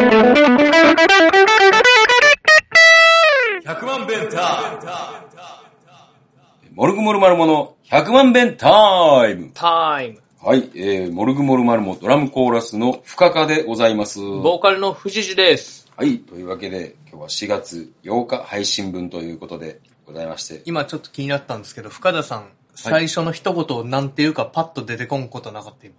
100万弁タイム。モルグモルマルモの100万弁タイム。はい、モルグモルマルモドラムコーラスの深川でございます。 ボーカルの藤次です。 はい、というわけで今日は4月8日配信分ということでございまして。 今ちょっと気になったんですけど、深田さん、最初の一言をなんていうかパッと出てこんことなかった今。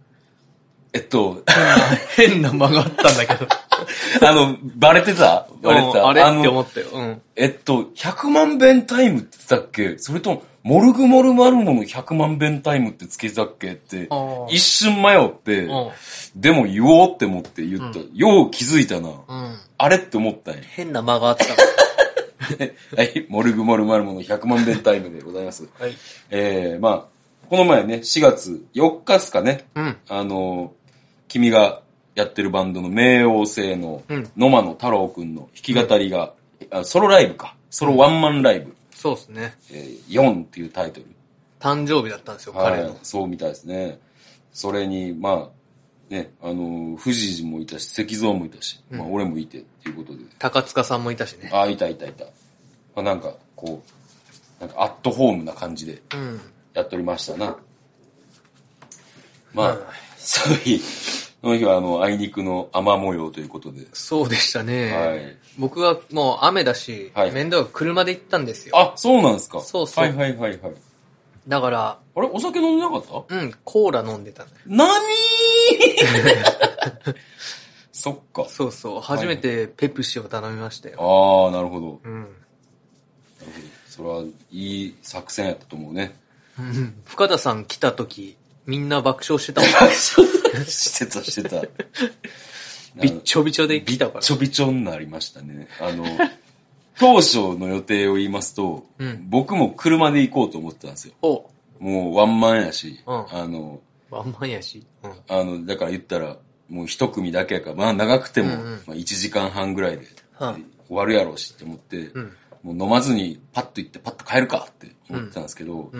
変な間があったんだけど。 バレてたあれって思ったよ。 100万弁タイムって言ってたっけ？それとも、モルグモルマルモの100万弁タイムってつけてたっけって、一瞬迷って、でも言おうって思って言った。よう気づいたな。あれって思ったんや。 変な間があった。 はい、モルグモルマルモの100万弁タイムでございます。 はい。 この前ね、4月4日っすかね。君がやってるバンドの冥王星の野間野太郎くんの弾き語りが、ソロライブか。ソロワンマンライブ。 そうですね。 4っていうタイトル。 誕生日だったんですよ、彼の。 そうみたいですね。それに、藤次もいたし、石像もいたし、俺もいてっていうことで。 高塚さんもいたしね。 いた。なんか、こう、なんかアットホームな感じで、やっておりましたな。その日はあいにくの雨模様ということで。 そうでしたね。 はい。 僕はもう雨だし、面倒が車で行ったんですよ。 あ、そうなんですか。 そうそう。 はい。 だから。 あれお酒飲んでなかった？ コーラ飲んでたね。 なにーそっか。 そう。初めてペプシを頼みましたよ。 なるほど。なるほど。それはいい作戦やったと思うね。 深田さん来た時、みんな爆笑してたもん。 爆笑してた。 びっちょびちょで来たから。 びっちょびちょになりましたね。当初の予定を言いますと、僕も車で行こうと思ってたんですよ。もうワンマンやし、 ワンマンやし、 だから言ったら、もう一組だけやから、長くても、1時間半ぐらいで終わるやろうしって思って、もう飲まずにパッと行ってパッと帰るかって思ってたんですけど、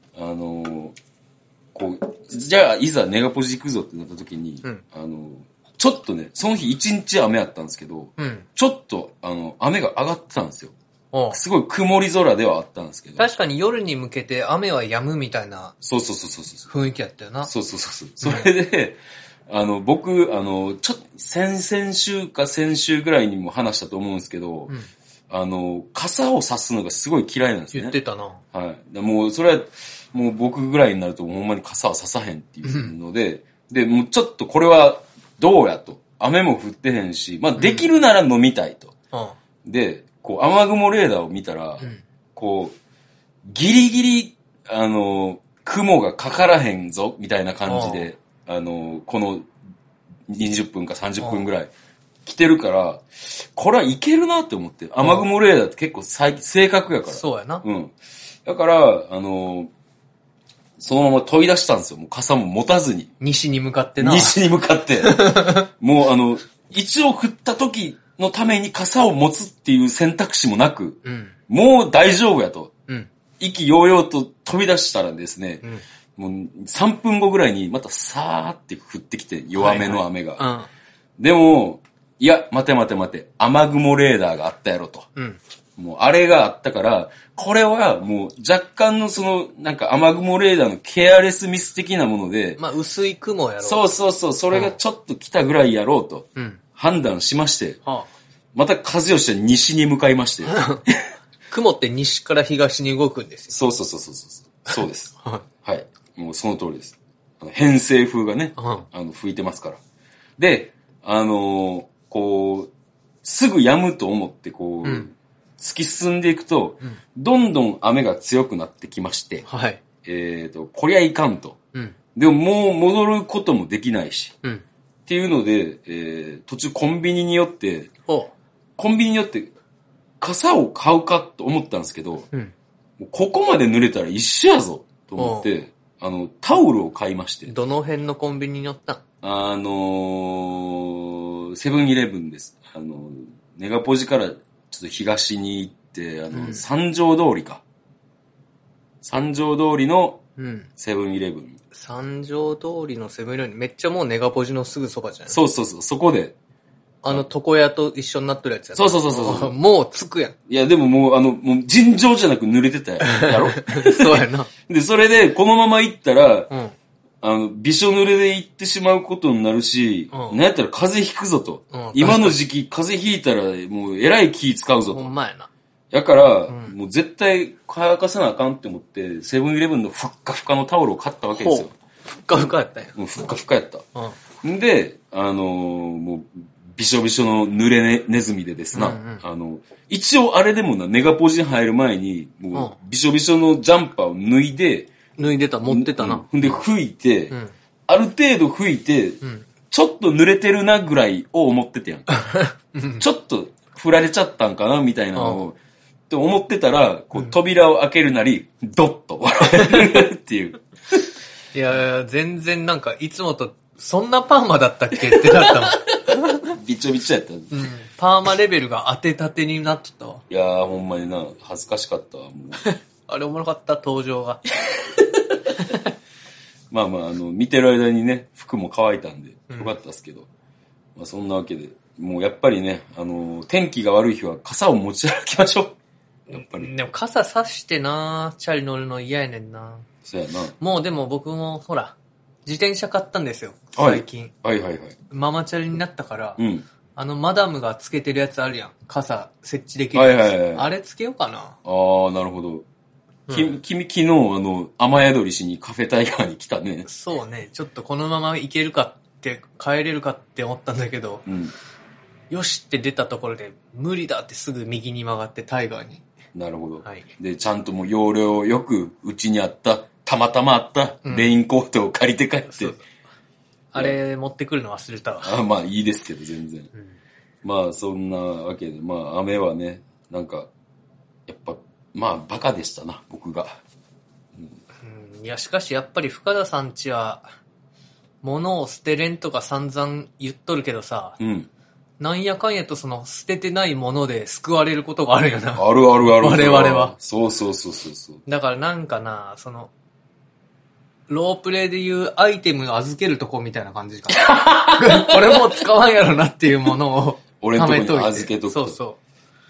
じゃあいざネガポジ行くぞってなった時に、ちょっとね、その日一日雨あったんですけど、ちょっと雨が上がってたんですよ。すごい曇り空ではあったんですけど。 確かに夜に向けて雨は止むみたいな。 そう。 雰囲気やったよな。 そう。それで、僕、先々週か先週ぐらいにも話したと思うんですけど、傘を差すのがすごい嫌いなんですね。 言ってたな。 はい。もう、それは、もう僕ぐらいになるとほんまに傘は差さへんっていうので、もうちょっとこれはどうやと。雨も降ってへんし、できるなら飲みたいと。で、雨雲レーダーを見たら、ギリギリ、雲がかからへんぞ、みたいな感じで、この20分か30分ぐらい来てるから、これはいけるなって思って、雨雲レーダーって結構正確やから。 そうやな。 だから、そのまま飛び出したんですよ。もう傘も持たずに。 西に向かってな。 西に向かって。もう一応降った時のために傘を持つっていう選択肢もなく、もう大丈夫やと。意気揚々と飛び出したらですね、もう3分後ぐらいにまたさーって降ってきて、弱めの雨が。でも、いや、待て。雨雲レーダーがあったやろと。もうあれがあったから、これはもう若干のなんか雨雲レーダーのケアレスミス的なもので。 薄い雲やろ。 そう。それがちょっと来たぐらいやろうと。判断しまして。また風よして西に向かいまして。 雲って西から東に動くんですよ。そう。そうです。はい。もうその通りです。偏西風がね、吹いてますから。で、すぐ止むと思って突き進んでいくと、どんどん雨が強くなってきまして、こりゃいかんと。でももう戻ることもできないし、っていうので、途中コンビニによって傘を買うかと思ったんですけど、もうここまで濡れたら一緒やぞと思って、タオルを買いまして。 どの辺のコンビニに寄ったん？ セブンイレブンです。ネガポジからちょっと東に行って、三条通りか。三条通りのセブンイレブン。 三条通りのセブンイレブン。めっちゃもうネガポジのすぐそばじゃない？ そう。そこで。 床屋と一緒になってるやつやそう。 もうつくやん。 いや、でももう尋常じゃなく濡れてたやろそうやな。 で、それで、このまま行ったら、 うん。 びしょ濡れで行ってしまうことになるし、なんやったら風邪ひくぞと。今の時期、風邪ひいたら、もう、えらい気使うぞと。 ほんまやな。 だから、もう絶対乾かさなあかんって思って、セブンイレブンのふっかふかのタオルを買ったわけですよ。 ふっかふかやったんや。 もうふっかふかやった。んで、もう、びしょびしょの濡れネズミでですな、一応あれでもな、ネガポジに入る前に、もう、びしょびしょのジャンパーを脱いで、 持ってたな。 んで、拭いて、ある程度拭いて、ちょっと濡れてるなぐらいを思っててやんか。ちょっと振られちゃったんかなみたいなのを、って思ってたら、こう、扉を開けるなり、ドッと笑えるっていう。 いや、全然なんか、いつもと、そんなパーマだったっけってなったもん。びちょびちょやった。 パーマレベルが当てたてになっとったわ。 いやー、ほんまにな、恥ずかしかったわ、もう。 あれおもろかった、登場が。 まあ、見てる間にね、服も乾いたんで、よかったですけど。まあ、そんなわけで、もうやっぱりね、天気が悪い日は傘を持ち歩きましょう。やっぱり。 でも傘さしてな、チャリ乗るの嫌やねんな。 そうやな。 もうでも僕も、ほら、自転車買ったんですよ、最近。 はい。 ママチャリになったから、 うん。 マダムがつけてるやつあるやん。傘設置できるやつ。 はい。 あれつけようかな。 ああ、なるほど。君、昨日、雨宿りしにカフェタイガーに来たね。 そうね、ちょっとこのまま行けるかって、帰れるかって思ったんだけど、よしって出たところで、無理だってすぐ右に曲がってタイガーに。 なるほど。 はい。 で、ちゃんともう容量よく、うちにあった、たまたまあったレインコートを借りて帰って。そうあれ持ってくるの忘れたわ。 まあいいですけど、全然。まあそんなわけで、まあ雨はね、なんか、やっぱ、まあバカでしたな、僕が。 いや、しかしやっぱり深田さんちは、物を捨てれんとか散々言っとるけどさ、なんやかんやとその捨ててないもので救われることがあるよな。 ある。 我々は。 そう。 だからなんかな、ロープレイでいうアイテムを預けるとこみたいな感じかな。これもう使わんやろなっていうものを俺のとこに預けとくと。 そう。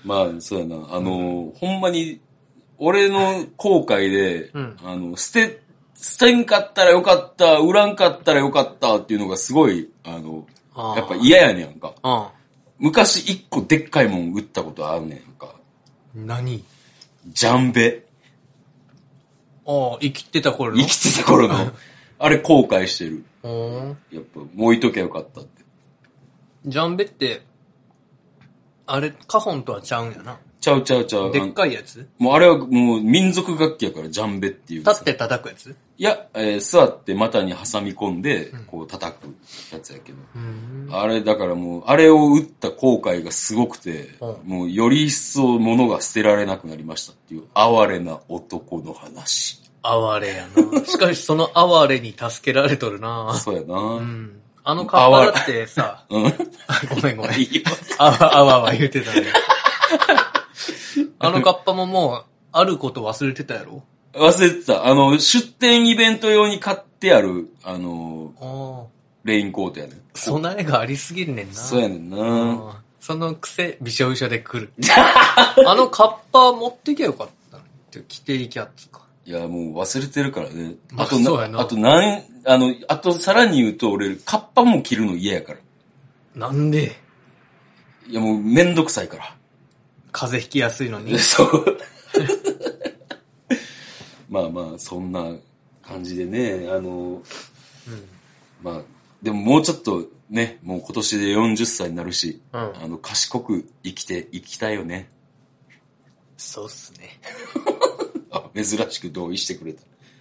まあ、そうやな。ほんまに、俺の後悔で、捨てんかったらよかった、売らんかったらよかったっていうのがすごい、やっぱ嫌やねんか。昔一個でっかいもん売ったことあるねんか。 何？ ジャンベ。 生きてた頃の。あれ後悔してる。やっぱ、もう置いときゃよかったって。 ジャンベって、あれ、カホンとはちゃうんやな。 ちゃう。 でっかいやつ？ もうあれはもう民族楽器やからジャンベっていう。 立って叩くやつ？ いや、座って股に挟み込んで、こう叩くやつやけど。あれ、だからもう、あれを打った後悔がすごくて、もうより一層物が捨てられなくなりましたっていう、哀れな男の話。 哀れやな。しかしその哀れに助けられとるな。 そうやな。 あのカッパだってさ、ごめん。あわ言うてたね。あのカッパももう、あること忘れてたやろ？ 忘れてた。出店イベント用に買ってある、レインコートやねん。 備えがありすぎるねんな。 そうやねんな。 そのくせ、びしょびしょで来る。あのカッパ持ってきゃよかったのに。着ていきゃっつか。 いや、もう忘れてるからね。あとさらに言うと、俺、カッパも着るの嫌やから。 なんで？ いや、もうめんどくさいから。 風邪ひきやすいのに。 そう。まあ、そんな感じでね、まあ、でももうちょっとね、もう今年で40歳になるし、賢く生きたいよね。 そうっすね。 珍しく同意してくれた。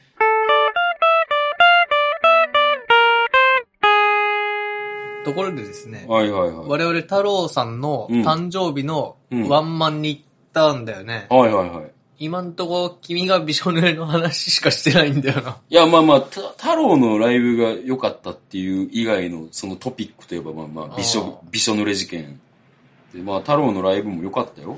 ところでですね、 我 々太郎さんの誕生日のワンマンに行ったんだよね。今んとこ君がびしょ濡れの話しかしてないんだよな。 いや、まあ、太郎のライブが良かったっていう以外のそのトピックといえば、びしょ濡れ事件。で、太郎のライブも良かったよ。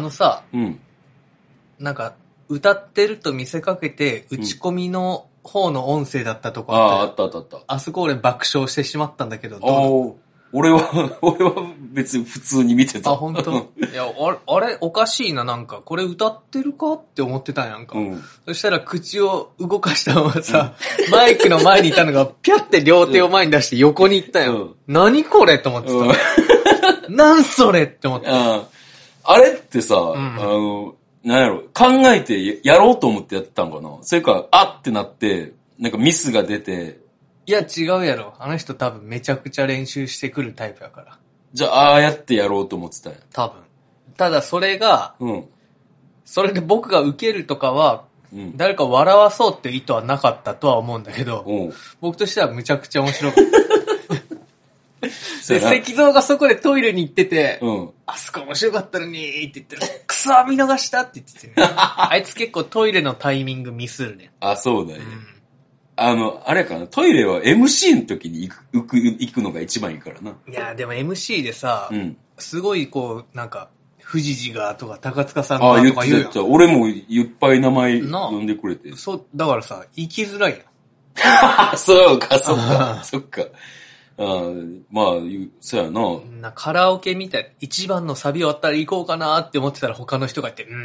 なんか、歌ってると見せかけて、打ち込みの方の音声だったとこあった。 あそこ俺爆笑してしまったんだけど、 俺は別に普通に見てた。 あ、本当？いや、あれ、おかしいな、なんか。これ歌ってるかって思ってたんやんか。そしたら口を動かしたままさ、マイクの前にいたのが、ピャって両手を前に出して横に行ったよ。何これと思ってた。なんそれって思ってた。 あれってさ、なんやろ、考えてやろうと思ってやってたんかな？それか、あってなって、なんかミスが出て。 いや、違うやろ。あの人多分めちゃくちゃ練習してくるタイプやから。 じゃあ、ああやってやろうと思ってたんや。 多分。ただそれが、それで僕が受けるとかは、誰か笑わそうっていう意図はなかったとは思うんだけど、僕としてはむちゃくちゃ面白かった。で、石像がそこでトイレに行ってて、あそこ面白かったのにって言ってる。クソ見逃したって言ってて、あいつ結構トイレのタイミングミスるね。 あ、そうだね。あれかな、トイレは MC の時に行くのが一番いいからな。 いや、でも MC でさ、すごいこう、なんか、藤次がとか高塚さんがとか言うやん。 俺もいっぱい名前呼んでくれて。 そう、だからさ、行きづらいやん。そうか、そっか。まあ、そうやな。 カラオケみたい、一番のサビ終わったら行こうかなって思ってたら他の人がいて、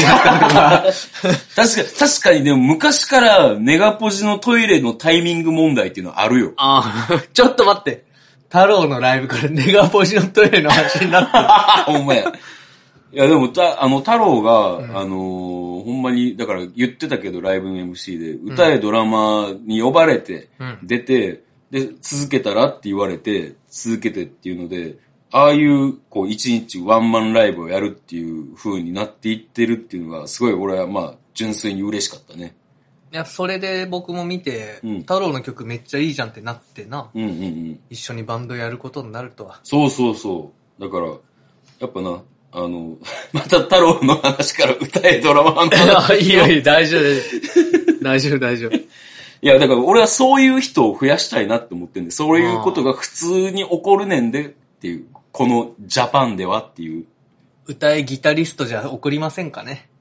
確かにでも昔からネガポジのトイレのタイミング問題っていうのはあるよ。 ちょっと待って。太郎のライブからネガポジのトイレの話になってる。ほんまや。いやでも、太郎が、ほんまに、だから言ってたけど、ライブの MC で、歌えドラマに呼ばれて、出て、で、続けたらって言われて、続けてっていうので、ああいう、こう、一日ワンマンライブをやるっていう風になっていってるっていうのが、すごい俺はまあ、純粋に嬉しかったね。 いや、それで僕も見て、太郎の曲めっちゃいいじゃんってなってな。一緒にバンドやることになるとは。 そう。だから、やっぱな、また太郎の話から歌えドラマの話。 いい、大丈夫。 いや、だから俺はそういう人を増やしたいなって思ってんで、そういうことが普通に起こるねんでっていう、このジャパンではっていう。 歌えギタリストじゃ送りませんかね。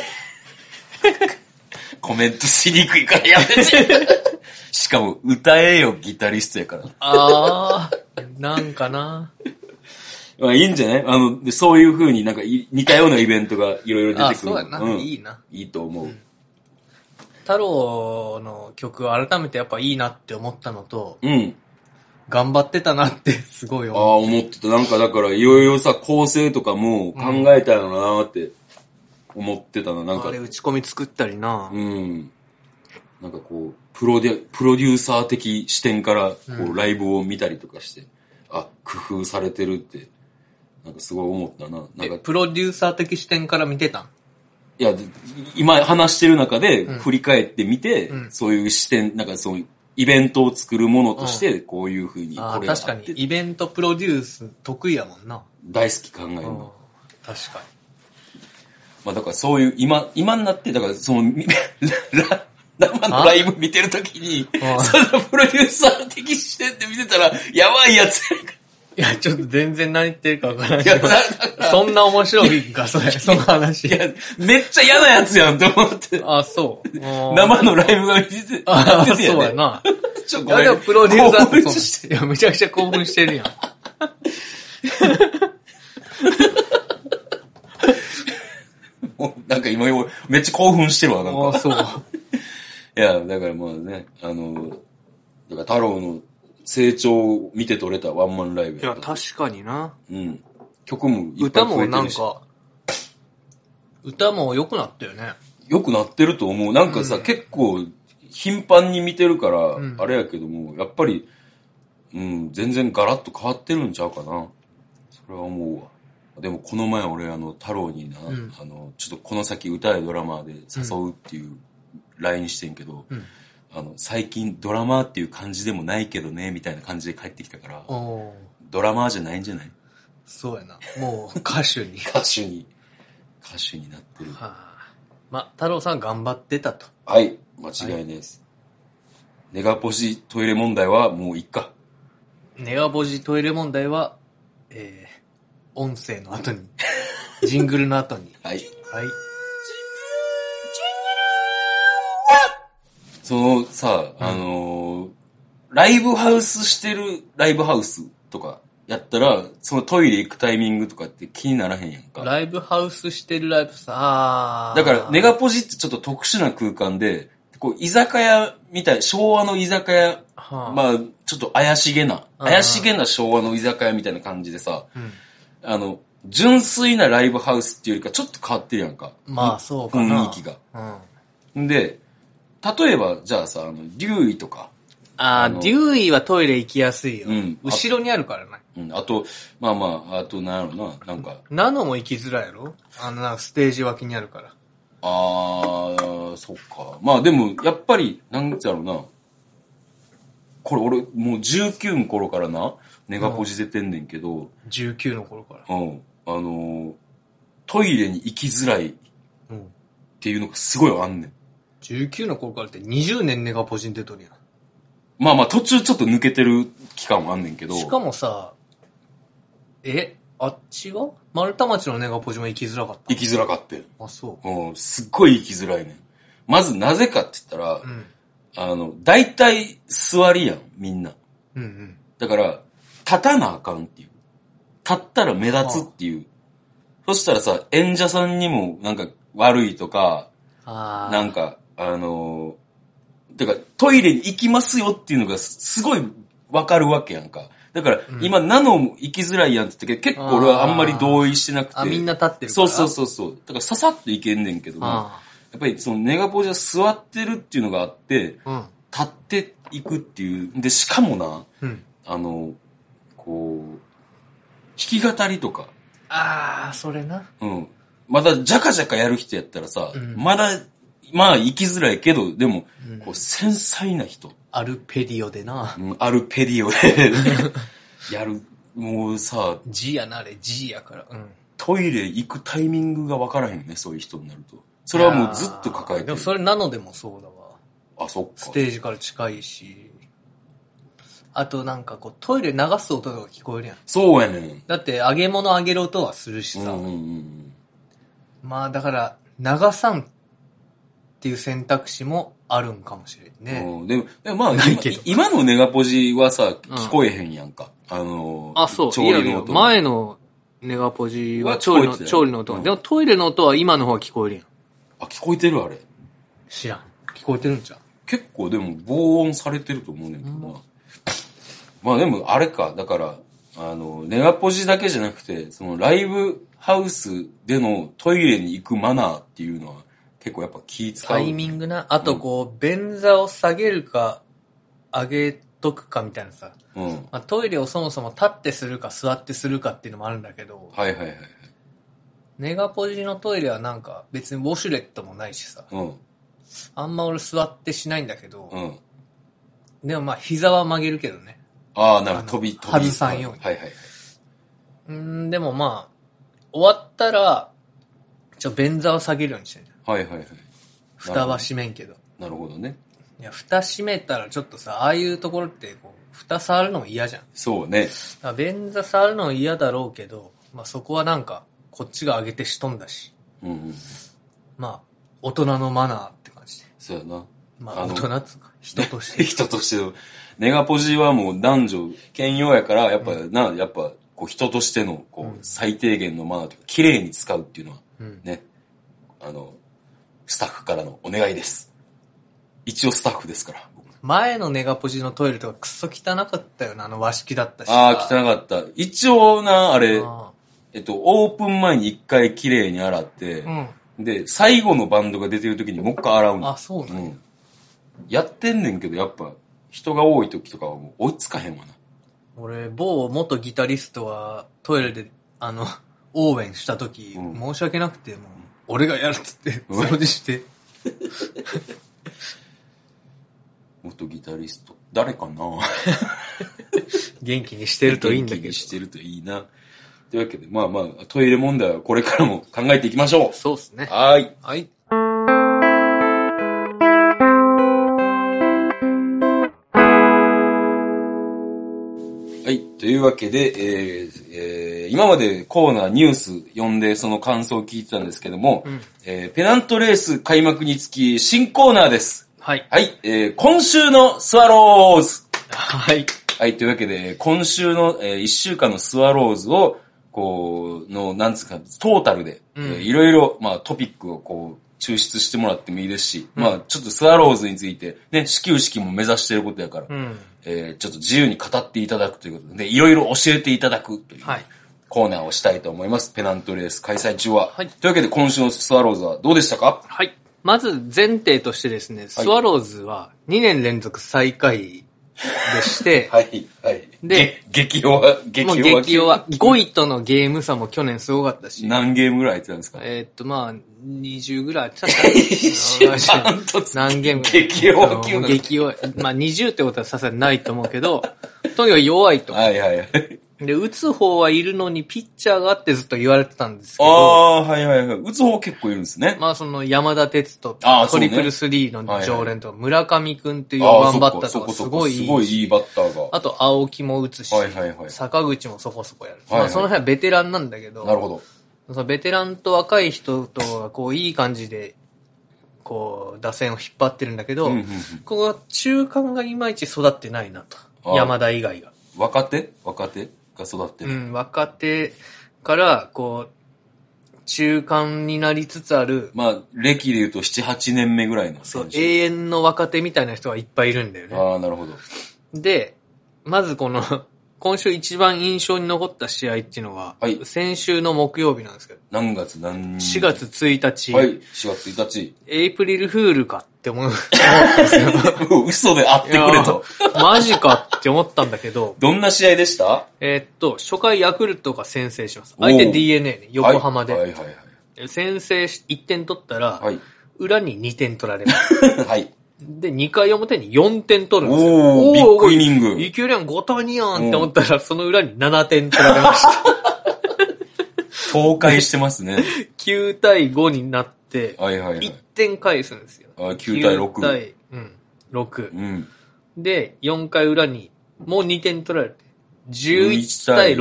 コメントしにくいからやめて。しかも歌えよギタリストやから。 なんかな。 まあいいんじゃないそういう風になんか似たようなイベントがいろいろ出てくる。 そうやな。いいな。 いいと思う。 太郎の曲を改めてやっぱいいなって思ったのと、頑張ってたなってすごい思ってた。なんかだからいろいろさ、構成とかも考えたのなって思ってたな。なんか。 あれ打ち込み作ったりな。 なんかこう、プロデューサー的視点からこうライブを見たりとかして、工夫されてるって、なんかすごい思ったな。なんかプロデューサー的視点から見てたん？ いや、今話してる中で振り返ってみて、そういう視点、なんかそういうイベントを作るものとして、こういう風にこれが確かに、イベントプロデュース得意やもんな。 大好き考えるの。 確かに。 まあだからそういう、今になって、だからその、生のライブ見てるときに、そのプロデューサー的視点で見てたら、やばいやつやんか。 いや、ちょっと全然何言ってるかわからないけど。そんな面白いか、その話。 いや、めっちゃ嫌なやつやんと思って。 そう。 生のライブが見てて。 そうやな。いや、でもプロデューサーってそう。いや、めちゃくちゃ興奮してるやん。 もうなんか今、めっちゃ興奮してるわ、なんか。 そう。 いや、だからまあね、だから太郎の成長を見て取れたワンマンライブやった。いや、確かにな。 曲もいっぱい増えてるし。 歌もなんか、歌も良くなったよね。 良くなってると思う。なんかさ、結構頻繁に見てるから、あれやけども、やっぱり、全然ガラッと変わってるんちゃうかな。それは思うわ。でもこの前俺太郎にな、ちょっとこの先歌えドラマーで誘うっていう LINE してんけど、最近ドラマーっていう感じでもないけどね、みたいな感じで帰ってきたから、ドラマーじゃないんじゃない？ そうやな。もう歌手に。 歌手になってる。 太郎さん頑張ってたと。 はい、間違いないです。ネガポジトイレ問題はもういっか。 ネガポジトイレ問題は、音声の後に、ジングルの後に。 はい。 はい。 そのさ、ライブハウスしてるライブハウスとかやったら、そのトイレ行くタイミングとかって気にならへんやんか。 ライブハウスしてるライブさ、 だから、ネガポジってちょっと特殊な空間で、こう、居酒屋みたい、昭和の居酒屋、まあ、ちょっと怪しげな昭和の居酒屋みたいな感じでさ、純粋なライブハウスっていうよりかちょっと変わってるやんか。 まあ、そうかな。 雰囲気が。で、例えば、じゃあさ、竜医とか。 デューイはトイレ行きやすいよ。後ろにあるからね。あと、まあ、あとなんやろな、なんか。 ナノも行きづらいやろなんかステージ脇にあるから。 そっか。まあでも、やっぱり、なんつやろな。これ俺、もう19の頃からな、ネガポジ出てんねんけど。 19の頃から。 トイレに行きづらいっていうのがすごいあんねん。 19の頃からって20年ネガポジに出とるやん。 まあ途中ちょっと抜けてる期間はあんねんけど。 しかもさ、あっちは丸太町のネガポジも行きづらかった。 行きづらかったよ。 あ、そう。 すっごい行きづらいねん。まずなぜかって言ったら、大体座りやん、みんな。だから、立たなあかんっていう。立ったら目立つっていう。そしたらさ、演者さんにもなんか悪いとか、なんか、だからトイレに行きますよっていうのがすごいわかるわけやんか。だから、今、ナノも行きづらいやんって言ったけど、結構俺はあんまり同意してなくて。 みんな立ってるから。 そう。だからささっと行けんねんけども、やっぱりそのネガポジは座ってるっていうのがあって、立っていくっていう。で、しかもな、こう、弾き語りとか。 それな。 まだジャカジャカやる人やったらさ、まだ、まあ行きづらいけど、でも、こう繊細な人。 アルペディオでな。 アルペディオでやる。もうさ、 G やな、あれ G やから。 トイレ行くタイミングが分からへんね、そういう人になると。それはもうずっと抱えてる。 でもそれナノでもそうだわ。 そっか。 ステージから近いし。あとなんかこうトイレ流す音とか聞こえるやん。 そうやねん。 だって揚げ物揚げる音はするしさ。まあだから流さんっていう選択肢もあるんかもしれんね。 でもまあ今のネガポジはさ、聞こえへんやんか。 そう。 調理の音。 前のネガポジは調理の音。でもトイレの音は今の方が聞こえるやん。 聞こえてるあれ。 知らん。聞こえてるんじゃん。 結構でも防音されてると思うねんけどな。まあでもあれか、だから、ネガポジだけじゃなくて、そのライブハウスでのトイレに行くマナーっていうのは結構やっぱ気使う。 タイミングな。あとこう、便座を下げるか、上げとくかみたいなさ。トイレをそもそも立ってするか座ってするかっていうのもあるんだけど。ネガポジのトイレはなんか別にウォシュレットもないしさ。あんま俺座ってしないんだけど。でもまあ膝は曲げるけどね。 なるほど。 外さんように。でもまあ、終わったら、便座を下げるようにしてる。蓋は閉めんけど。 なるほどね。 いや、蓋閉めたらちょっとさ、ああいうところってこう、蓋触るのも嫌じゃん。 そうね。 便座触るのも嫌だろうけど、まあそこはなんか、こっちが上げてしとんだし。まあ、大人のマナーって感じで。 そうやな。 まあ、大人っつうか、人として。 人としての。ネガポジはもう男女兼用やから、やっぱこう人としてのこう最低限のマナーというか、綺麗に使うっていうのは、ね、スタッフからのお願いです。一応スタッフですから。 前のネガポジのトイレとかクソ汚かったよな、和式だったし。 汚かった。一応な、あれ、オープン前に一回綺麗に洗って、で、最後のバンドが出てる時にもう一回洗うの。 そうなんや。 やってんねんけど、やっぱ、人が多い時とかはもう追いつかへんわな。 俺、某元ギタリストはトイレで、応援した時、申し訳なくて、もう、俺がやるっつって、掃除して。 元ギタリスト。誰かな元気にしてるといいんだけど。 元気にしてるといいな。というわけで、まあまあ、トイレ問題はこれからも考えていきましょう。 そうですね。 はい。というわけで、今までコーナーニュース読んでその感想を聞いてたんですけども、ペナントレース開幕につき新コーナーです。今週のスワローズ。 はい、というわけで、今週の、1週間のスワローズを、こう、なんつうか、トータルで、いろいろ、まあ、トピックをこう、抽出してもらってもいいですし、まあ、ちょっとスワローズについて、ね、始球式も目指していることやから、ちょっと自由に語っていただくということで、いろいろ教えていただくという、コーナーをしたいと思います。ペナントレース開催中は。はい、というわけで、今週のスワローズはどうでしたか？ はい。まず前提としてですね、スワローズは2年連続最下位でして、 はい、はい。で、激弱は 5位とのゲーム差も去年すごかったし。 何ゲームぐらいやってたんですか？ まあ、20ぐらいやってたんですかね。何ゲーム激弱級激弱。まあ20ってことはさすがにないと思うけど、とにかく弱いと。 はいはいはい。 で、打つ方はいるのにピッチャーがってずっと言われてたんですけど。 はいはいはい。打つ方結構いるんですね。 まあその山田哲人、トリプルスリーの常連とか、村上くんっていう4番バッターとかすごいいい。 すごいいいバッターが。 あと青木も打つし、坂口もそこそこやる。まあその辺はベテランなんだけど。 なるほど。 そのベテランと若い人とがこういい感じで、こう打線を引っ張ってるんだけど、ここ中間がいまいち育ってないなと。山田以外が。 若手が育ってる。 若手から、こう、中間になりつつある。 まあ、歴で言うと7、8年目ぐらいの。 そう、永遠の若手みたいな人がいっぱいいるんだよね。 なるほど。 で、まずこの、今週一番印象に残った試合っていうのは、先週の木曜日なんですけど。 何月 4月1日。 はい、4月1日。 エイプリルフールかって思ったんですよ。 嘘であってくれと。 マジかって思ったんだけど。 どんな試合でした？ 初回ヤクルトが先制します。相手 DNA ね、横浜で。 はいはいはい。 先制1点取ったら、裏に2点取られます。 はい。 で、2回表に4点取るんですよ。ビッグイニング。 いけるやん、5対2やんって思ったら、その裏に7点取られました。 倒壊してますね。 9対5になって、1点返すんですよ。 9対6。 9対、6。で、4回裏に、もう2点取られて、11対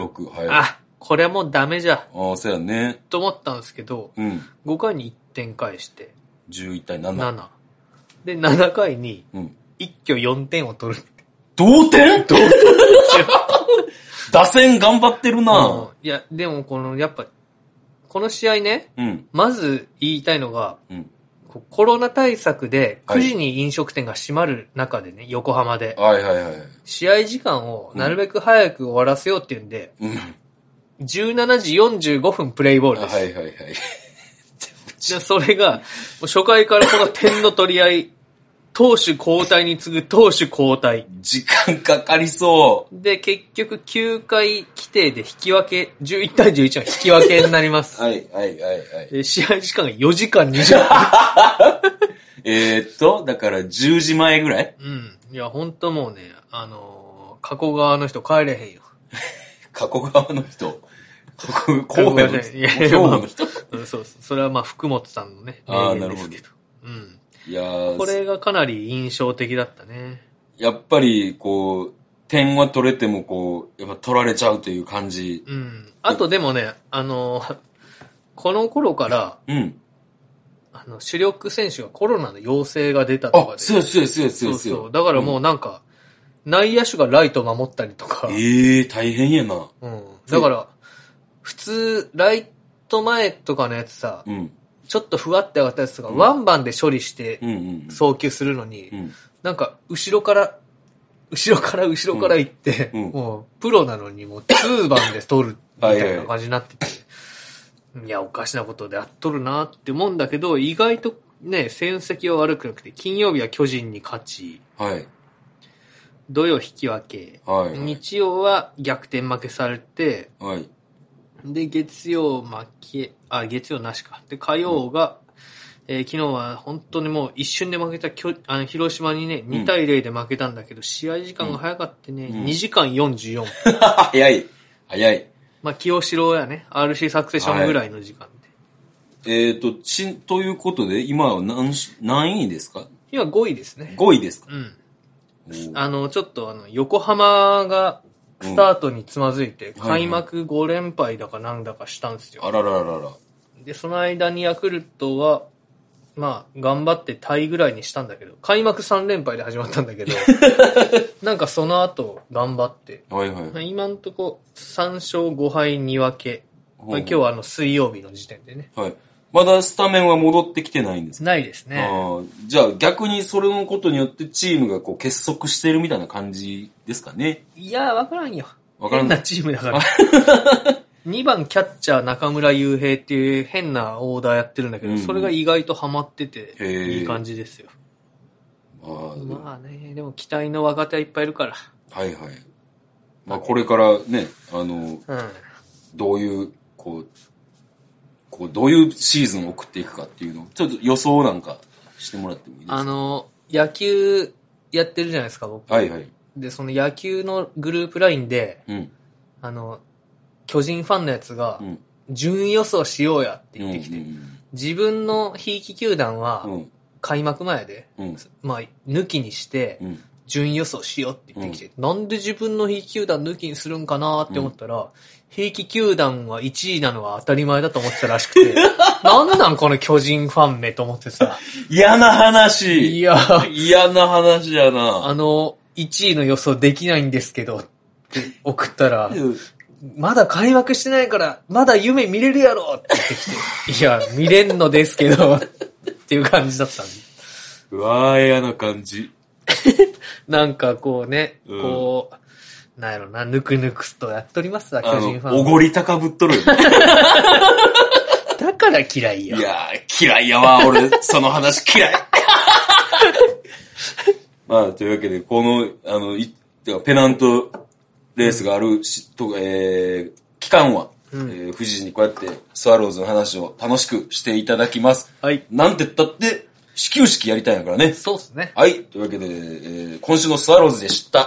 6。これはもうダメじゃ。 そうやね。 と思ったんですけど、5回に1点返して、 11対7。 で、7回に、一挙4点を取る。 同点打線頑張ってるな。 いや、でもやっぱ、この試合ね、まず言いたいのが、コロナ対策で9時に飲食店が閉まる中でね、横浜で。試合時間をなるべく早く終わらせようっていうんで、17時45分プレイボールです。それが、初回からこの点の取り合い、投手交代に次ぐ投手交代。 時間かかりそう。 で、結局9回規定で引き分け、11対11は引き分けになります。で、試合時間が4時間20 分。だから10時前ぐらい？ いや、ほんともうね、加古川の人帰れへんよ。 加古川の人神戸の人兵庫の人そう。それはまあ、福本さんのね、名言ですけど。 いやこれがかなり印象的だったね。 やっぱり、点は取れてもやっぱ取られちゃうという感じ。 あとでもね、この頃から、主力選手がコロナの陽性が出たとかで。 そう。 だからもうなんか、内野手がライト守ったりとか。 大変やな。 だから、普通、ライト前とかのやつさ、ちょっとふわって上がったやつとか、ワンバンで処理して送球するのに、なんか後ろから行って、もうプロなのにもう2番で取るみたいな感じになってて、いや、おかしなことでやっとるなって思うんだけど、意外とね、戦績は悪くなくて、金曜日は巨人に勝ち、土曜引き分け、日曜は逆転負けされて、で、月曜なしか。で、火曜が、昨日は本当にもう一瞬で負けた広島にね、2対0で負けたんだけど、試合時間が早かってね、2時間44分。 早い。 まあ、清志郎やね、RC サクセションぐらいの時間で。ということで、今は何位ですか？ 今5位ですね。 5位ですか？ ちょっと横浜が、スタートにつまずいて、開幕5連敗だかなんだかしたんですよ。 あらららら。 で、その間にヤクルトは、 まあ、頑張ってタイぐらいにしたんだけど、開幕3連敗で始まったんだけど、なんかその後頑張って、 はいはい。 今んとこ3勝5敗2分け。まあ、今日は水曜日の時点でね。 はい。まだスタメンは戻ってきてないんですか？ ないですね。 じゃあ逆にそれのことによってチームがこう結束してるみたいな感じですかね？ いや、わからんよ。 わからん。 変なチームだから。2番キャッチャー中村悠平っていう変なオーダーやってるんだけど、それが意外とハマってて、いい感じですよ。まあね、でも期待の若手はいっぱいいるから。 はいはい。まあこれからね、どういう、どういうシーズンを送っていくかっていうのを、ちょっと予想なんかしてもらってもいいですか？ 野球やってるじゃないですか、僕。 はいはい。 で、その野球のグループラインで、巨人ファンのやつが、順位予想しようやって言ってきて、自分のひいき球団は、開幕前で、まあ、抜きにして、順位予想しようって言ってきて、なんで自分のひいき球団抜きにするんかなって思ったら、ひいき球団は1位なのは当たり前だと思ってたらしくて、なんなんこの巨人ファンめと思ってさ。 嫌な話。 いや、 嫌な話やな。 1位の予想できないんですけど、って送ったら、まだ開幕してないから、まだ夢見れるやろって言ってきて、いや、見れんのですけど、っていう感じだったんで。 うわー、嫌な感じ。 なんかこうね、なんやろな、ぬくぬくとやっとりますわ、巨人ファン。 おごり高ぶっとる。 だから嫌いよ。 いやー、嫌いやわ、俺、その話嫌い。まあ、というわけで、この、ペナントレースがある期間は、富士にこうやってスワローズの話を楽しくしていただきます。 はい。 なんて言ったって、始球式やりたいんやからね。 そうっすね。 はい。というわけで、今週のスワローズでした。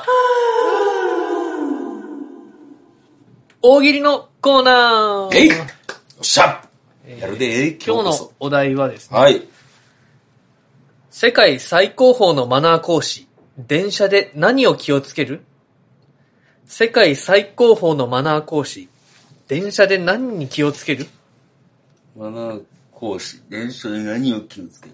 大喜利のコーナー。 よっしゃ、やるで今日のお題はですね。 はい。 世界最高峰のマナー講師。電車で何を気をつける？世界最高峰のマナー講師。電車で何に気をつける？ マナー講師。電車で何を気をつける？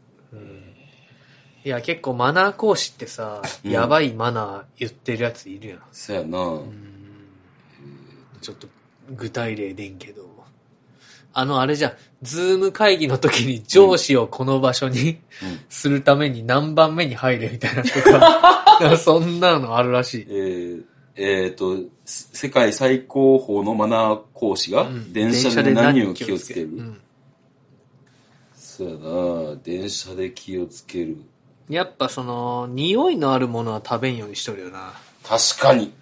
いや、結構マナー講師ってさ、やばいマナー言ってるやついるやん。 そやな。 ちょっと具体例でんけど。あれじゃん、ズーム会議の時に上司をこの場所に、するために何番目に入れみたいなとか、そんなのあるらしい。 世界最高峰のマナー講師が、電車で何を気をつける？そうやな、電車で気をつける。 やっぱ匂いのあるものは食べんようにしとるよな。 確かに。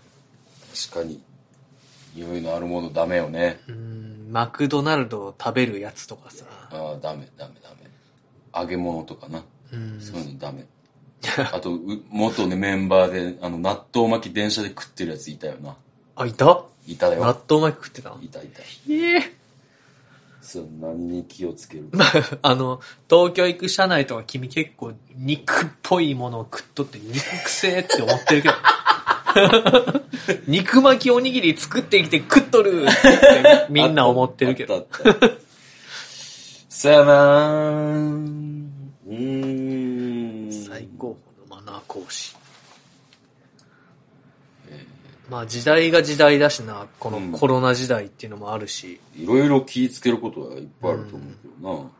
匂いのあるものダメよね。 マクドナルドを食べるやつとかさ。 ああ、ダメ。揚げ物とかな。そういうのダメ。あと、元ね、メンバーで、納豆巻き電車で食ってるやついたよな。 あ、いた？ いたよ。 納豆巻き食ってた？ いた。そう、何に気をつける？ 東京行く車内とか君結構肉っぽいものを食っとって肉くせーって思ってるけど。肉巻きおにぎり作ってきて食っとるってみんな思ってるけど。 そやな最高峰のマナー講師。まあ時代が時代だしな、このコロナ時代っていうのもあるし。 いろいろ気ぃつけることはいっぱいあると思うけどな。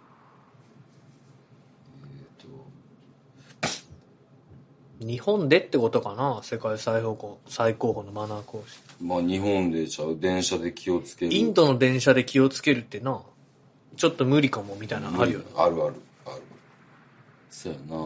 日本でってことかな、世界最高峰のマナー講師。 まあ日本で電車で気をつける。 インドの電車で気をつけるってな、ちょっと無理かもみたいなのあるよね。 ある。そうやな。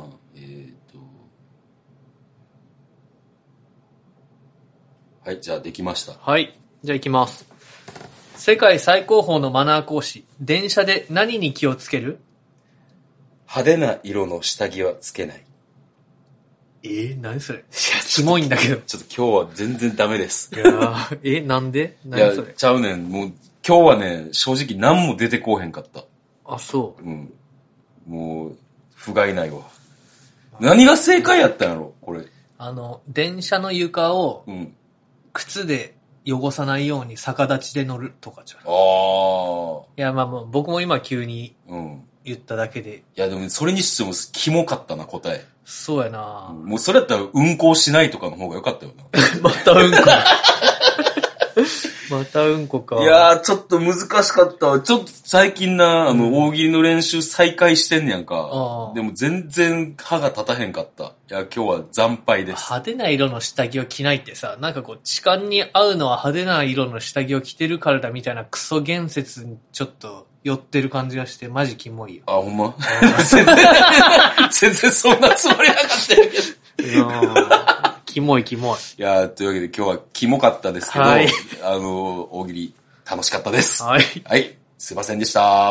はい、じゃあできました。 はい、じゃあ行きます。世界最高峰のマナー講師。電車で何に気をつける？ 派手な色の下着はつけない。 何それ？いや、キモいんだけど。 ちょっと今日は全然ダメです。 いやなんで？何それ？ いや、ちゃうねん。もう、今日はね、正直何も出てこうへんかった。 あ、そう。 もう、不甲斐ないわ。何が正解やったんやろ、これ。 電車の床を、靴で汚さないように逆立ちで乗るとかじゃん。 ああ。 いや、まあ僕も今急に、 言っただけで。 いやでもそれにしてもキモかったな、答え。 そうやな。 もうそれやったら運行しないとかの方が良かったよな。 またうんこ。またうんこか。 いやー、ちょっと難しかったわ。ちょっと最近な、大喜利の練習再開してんねやんか。でも全然歯が立たへんかった。いや、今日は惨敗です。 派手な色の下着を着ないってさ、なんかこう、痴漢に合うのは派手な色の下着を着てるからだみたいなクソ言説にちょっと寄ってる感じがして、マジキモいよ。 あ、ほんま全然そんなつもりなかったんやけど。 キモい。いや、というわけで今日はキモかったですけど、 はい、 大喜利楽しかったです。 はい。 はい。すいませんでした。はい。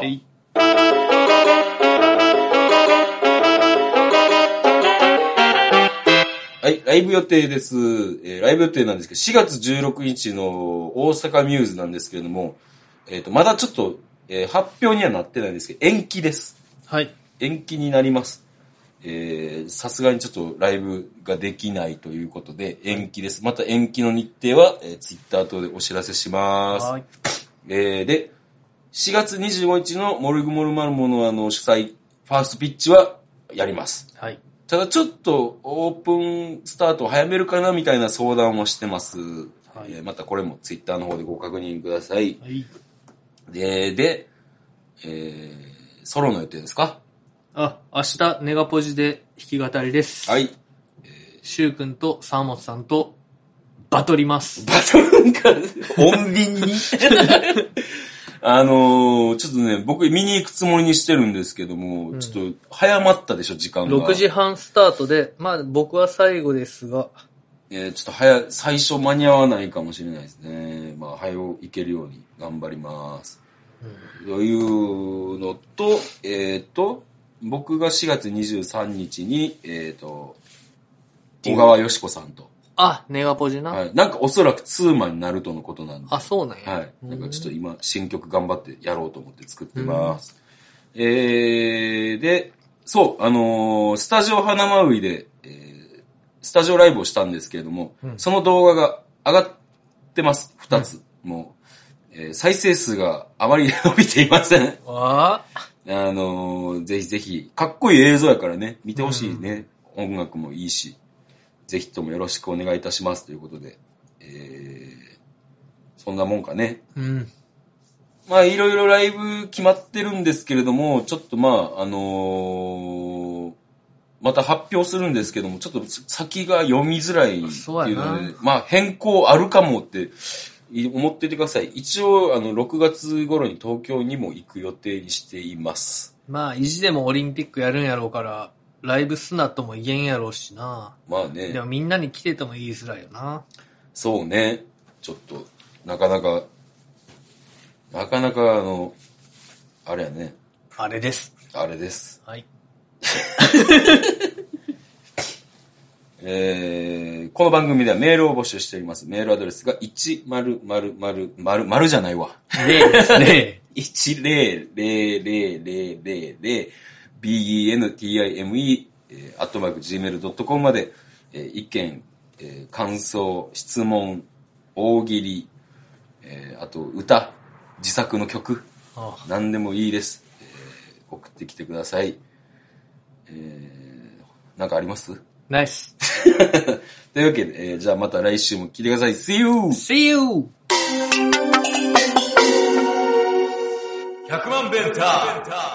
はい、ライブ予定です。ライブ予定なんですけど、4月16日の大阪ミューズなんですけれども、まだちょっと、発表にはなってないんですけど、延期です。 はい。 延期になります。さすがにちょっとライブができないということで延期です。また延期の日程は、ツイッター等でお知らせします。はい。で、4月25日のモルグモルマルモの主催、ファーストピッチはやります。 はい。 ただちょっとオープンスタートを早めるかなみたいな相談をしてます。はい。またこれもツイッターの方でご確認ください。はい。で、ソロの予定ですか？ あ、明日ネガポジで弾き語りです。はい。シュウ君と沢本さんとバトります。 バトるんか、穏便にちょっとね、僕見に行くつもりにしてるんですけども、ちょっと早まったでしょ、時間が。 6時半スタートで、まあ僕は最後ですが。 ちょっと最初間に合わないかもしれないですね。まあ、早く行けるように頑張ります。というのと、僕が4月23日に、小川よしこさんと。 あ、ネガポジな。 はい。なんかおそらくツーマンになるとのことなんで。 あ、そうなんや。 はい。なんかちょっと今、新曲頑張ってやろうと思って作ってます。で、そう、スタジオ花まういで、スタジオライブをしたんですけれども、その動画が上がってます。2つ。もう、再生数があまり伸びていません。ぜひぜひ、かっこいい映像やからね、見てほしいね。音楽もいいし、ぜひともよろしくお願いいたしますということで、そんなもんかね。まあ、いろいろライブ決まってるんですけれども、ちょっとまあ、また発表するんですけども、ちょっと先が読みづらいっていうので、まあ、変更あるかもって思っててください。一応、6月頃に東京にも行く予定にしています。 まあ、意地でもオリンピックやるんやろうから、ライブすなとも言えんやろうしな。 まあね。 でもみんなに来てても言いづらいよな。 そうね。ちょっと、なかなかあれやね。 あれです。 あれです。 はい。 この番組ではメールを募集しております。メールアドレスが10000じゃないわ。 0ですね。 10000bentime@gmail.com まで、意見、感想、質問、大喜利、あと歌、自作の曲、何でもいいです。送ってきてください。なんかあります？ ナイス。 というわけで、じゃあまた来週も聞いてください。See you! See you! 100万ベンター